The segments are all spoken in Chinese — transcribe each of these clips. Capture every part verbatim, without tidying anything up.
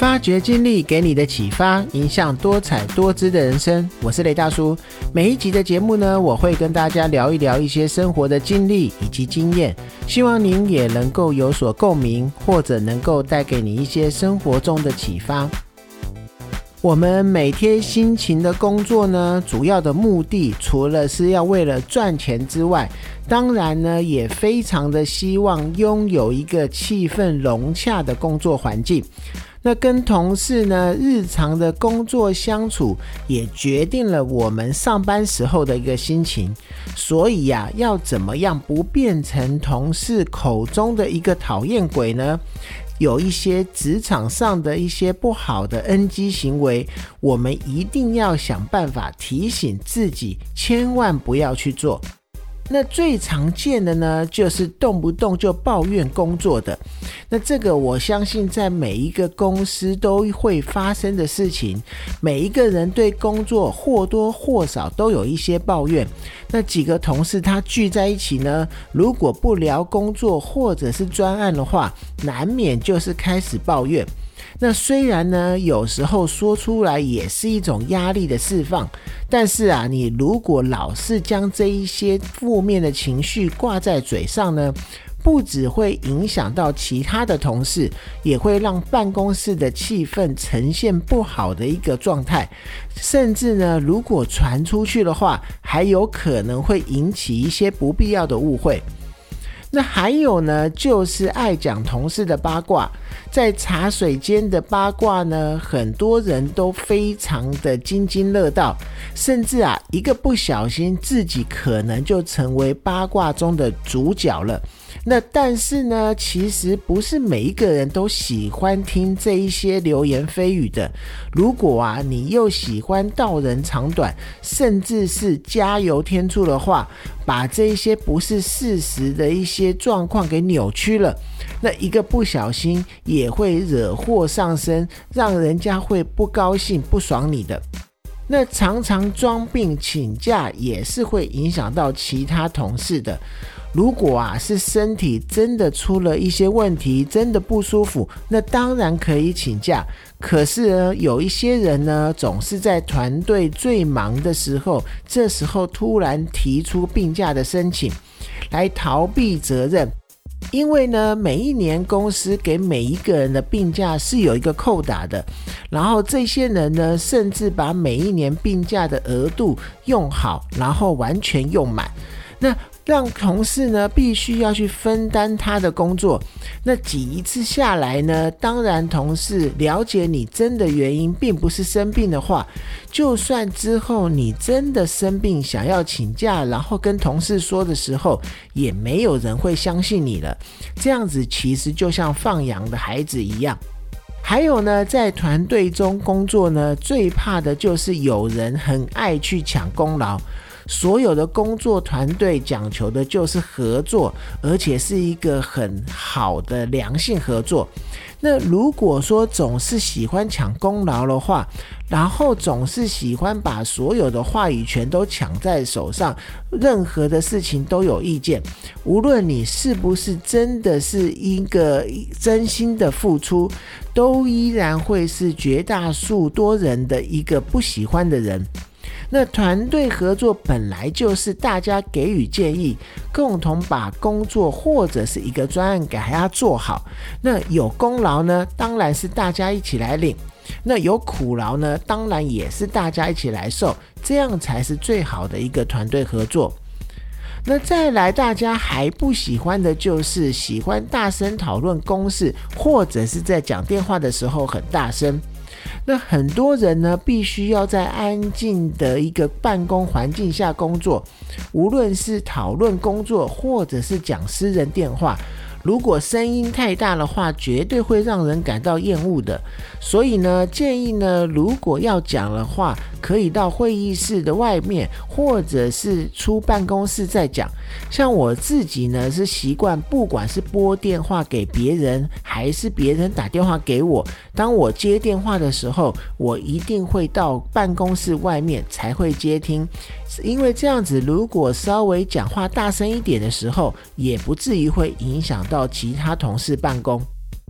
发掘经历给你的启发，影响多彩多姿的人生。我是雷大叔。每一集的节目呢，我会跟大家聊一聊一些生活的经历以及经验，希望您也能够有所共鸣，或者能够带给你一些生活中的启发。我们每天辛勤的工作呢，主要的目的除了是要为了赚钱之外，当然呢也非常的希望拥有一个气氛融洽的工作环境。那跟同事呢日常的工作相处也决定了我们上班时候的一个心情，所以啊，要怎么样不变成同事口中的一个讨厌鬼呢？有一些职场上的一些不好的 N G 行为，我们一定要想办法提醒自己千万不要去做。那最常见的呢，就是动不动就抱怨工作的。那这个我相信在每一个公司都会发生的事情，每一个人对工作或多或少都有一些抱怨。那几个同事他聚在一起呢，如果不聊工作或者是专案的话，难免就是开始抱怨。那虽然呢，有时候说出来也是一种压力的释放，但是啊，你如果老是将这一些负面的情绪挂在嘴上呢，不只会影响到其他的同事，也会让办公室的气氛呈现不好的一个状态，甚至呢，如果传出去的话，还有可能会引起一些不必要的误会。那还有呢，就是爱讲同事的八卦。在茶水间的八卦呢，很多人都非常的津津乐道，甚至啊，一个不小心自己可能就成为八卦中的主角了。那但是呢，其实不是每一个人都喜欢听这一些流言蜚语的。如果啊，你又喜欢道人长短，甚至是加油添醋的话，把这一些不是事实的一些状况给扭曲了，那一个不小心也会惹祸上身，让人家会不高兴不爽你的。那常常装病请假也是会影响到其他同事的。如果啊是身体真的出了一些问题，真的不舒服，那当然可以请假。可是呢，有一些人呢，总是在团队最忙的时候，这时候突然提出病假的申请，来逃避责任。因为呢，每一年公司给每一个人的病假是有一个扣打的，然后这些人呢，甚至把每一年病假的额度用好，然后完全用满。那让同事呢必须要去分担他的工作，那几一次下来呢，当然同事了解你真的原因并不是生病的话，就算之后你真的生病想要请假，然后跟同事说的时候，也没有人会相信你了。这样子其实就像放羊的孩子一样。还有呢，在团队中工作呢，最怕的就是有人很爱去抢功劳。所有的工作团队讲求的就是合作，而且是一个很好的良性合作。那如果说总是喜欢抢功劳的话，然后总是喜欢把所有的话语权都抢在手上，任何的事情都有意见，无论你是不是真的是一个真心的付出，都依然会是绝大数多人的一个不喜欢的人。那团队合作本来就是大家给予建议，共同把工作或者是一个专案给它做好。那有功劳呢，当然是大家一起来领；那有苦劳呢，当然也是大家一起来受，这样才是最好的一个团队合作。那再来，大家还不喜欢的就是喜欢大声讨论公事，或者是在讲电话的时候很大声。那很多人呢，必须要在安静的一个办公环境下工作，无论是讨论工作或者是讲私人电话，如果声音太大的话，绝对会让人感到厌恶的。所以呢，建议呢，如果要讲的话，可以到会议室的外面，或者是出办公室再讲。像我自己呢，是习惯不管是拨电话给别人，还是别人打电话给我，当我接电话的时候，我一定会到办公室外面才会接听。因为这样子，如果稍微讲话大声一点的时候，也不至于会影响到其他同事办公。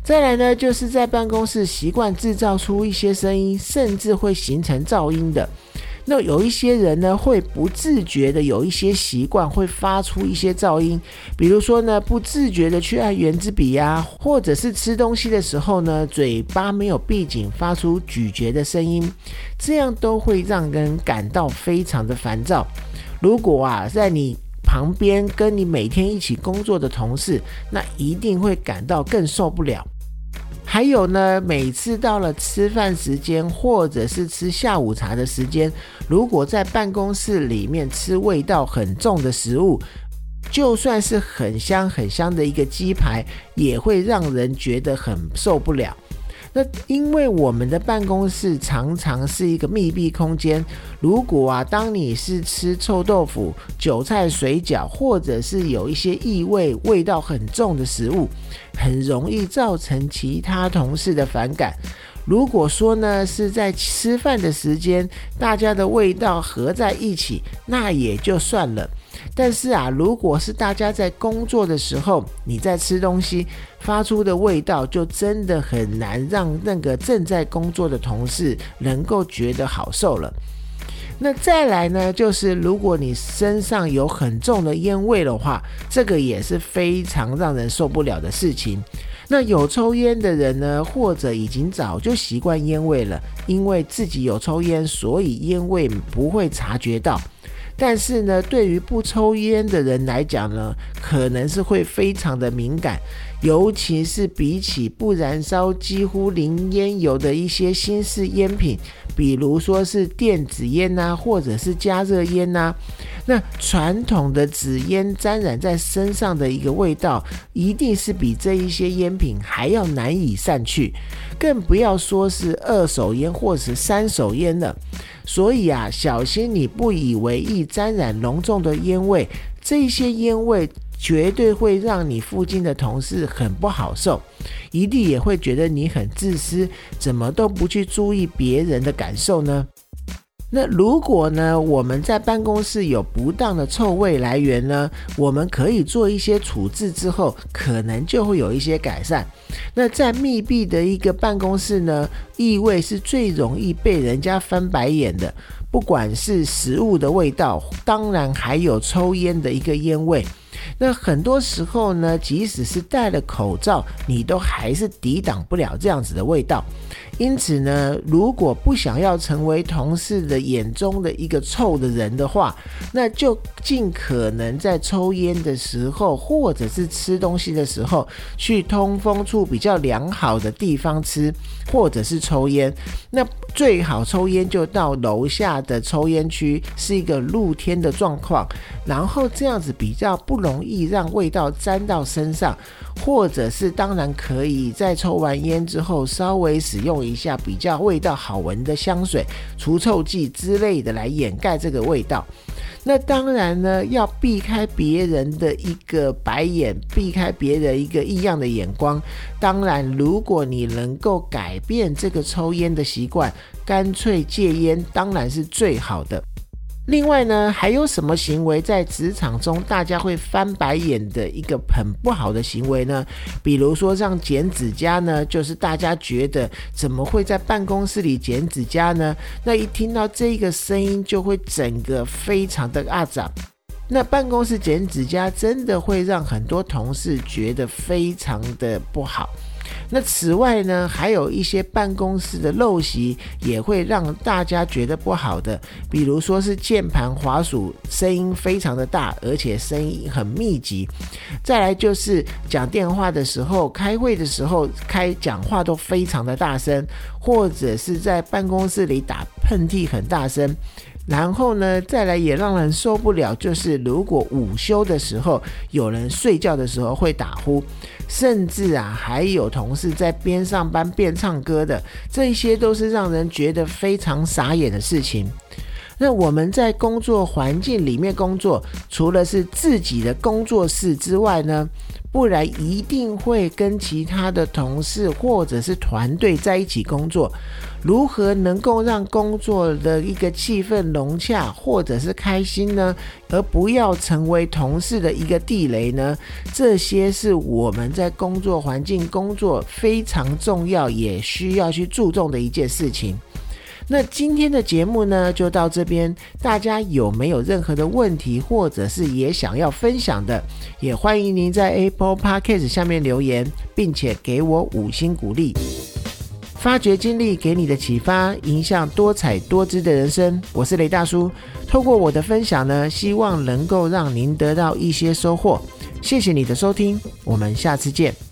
再来呢，就是在办公室习惯制造出一些声音，甚至会形成噪音的。那有一些人呢，会不自觉的有一些习惯，会发出一些噪音，比如说呢，不自觉的去按圆珠笔啊，或者是吃东西的时候呢，嘴巴没有闭紧，发出咀嚼的声音，这样都会让人感到非常的烦躁。如果啊，在你旁边跟你每天一起工作的同事，那一定会感到更受不了。还有呢，每次到了吃饭时间或者是吃下午茶的时间，如果在办公室里面吃味道很重的食物，就算是很香很香的一个鸡排，也会让人觉得很受不了。那因为我们的办公室常常是一个密闭空间，如果啊，当你是吃臭豆腐、韭菜水饺，或者是有一些异味、味道很重的食物，很容易造成其他同事的反感。如果说呢，是在吃饭的时间，大家的味道合在一起，那也就算了。但是啊，如果是大家在工作的时候，你在吃东西发出的味道，就真的很难让那个正在工作的同事能够觉得好受了。那再来呢，就是如果你身上有很重的烟味的话，这个也是非常让人受不了的事情。那有抽烟的人呢，或者已经早就习惯烟味了，因为自己有抽烟，所以烟味不会察觉到。但是呢，对于不抽烟的人来讲呢，可能是会非常的敏感，尤其是比起不燃烧几乎零烟油的一些新式烟品，比如说是电子烟啊，或者是加热烟啊，那传统的纸烟沾染在身上的一个味道，一定是比这一些烟品还要难以散去，更不要说是二手烟或是三手烟了。所以啊，小心你不以为意沾染浓重的烟味，这些烟味绝对会让你附近的同事很不好受，一定也会觉得你很自私，怎么都不去注意别人的感受呢？那如果呢，我们在办公室有不当的臭味来源呢，我们可以做一些处置之后，可能就会有一些改善。那在密闭的一个办公室呢，异味是最容易被人家翻白眼的，不管是食物的味道，当然还有抽烟的一个烟味。那很多时候呢，即使是戴了口罩，你都还是抵挡不了这样子的味道。因此呢，如果不想要成为同事的眼中的一个臭的人的话，那就尽可能在抽烟的时候，或者是吃东西的时候，去通风处比较良好的地方吃，或者是抽烟。那最好抽烟就到楼下的抽烟区，是一个露天的状况，然后这样子比较不容易让味道沾到身上，或者是当然可以在抽完烟之后稍微使用一下比较味道好闻的香水、除臭剂之类的来掩盖这个味道。那当然呢，要避开别人的一个白眼，避开别人一个异样的眼光。当然，如果你能够改变这个抽烟的习惯，干脆戒烟，当然是最好的。另外呢，还有什么行为在职场中大家会翻白眼的一个很不好的行为呢？比如说像剪指甲呢，就是大家觉得怎么会在办公室里剪指甲呢？那一听到这个声音就会整个非常的阿杂。那办公室剪指甲真的会让很多同事觉得非常的不好。那此外呢，还有一些办公室的陋习也会让大家觉得不好的，比如说是键盘滑鼠声音非常的大，而且声音很密集。再来就是讲电话的时候、开会的时候开讲话都非常的大声，或者是在办公室里打喷嚏很大声。然后呢，再来也让人受不了，就是如果午休的时候有人睡觉的时候会打呼，甚至啊还有同事在边上班边唱歌的，这些都是让人觉得非常傻眼的事情。 那我们在工作环境里面工作，除了是自己的工作室之外呢，不然一定会跟其他的同事或者是团队在一起工作。如何能够让工作的一个气氛融洽或者是开心呢？而不要成为同事的一个地雷呢？这些是我们在工作环境工作非常重要也需要去注重的一件事情。那今天的节目呢就到这边，大家有没有任何的问题或者是也想要分享的，也欢迎您在 Apple Podcast 下面留言，并且给我五星鼓励。发掘经历给你的启发，影响多彩多姿的人生。我是雷大叔，透过我的分享呢，希望能够让您得到一些收获。谢谢你的收听，我们下次见。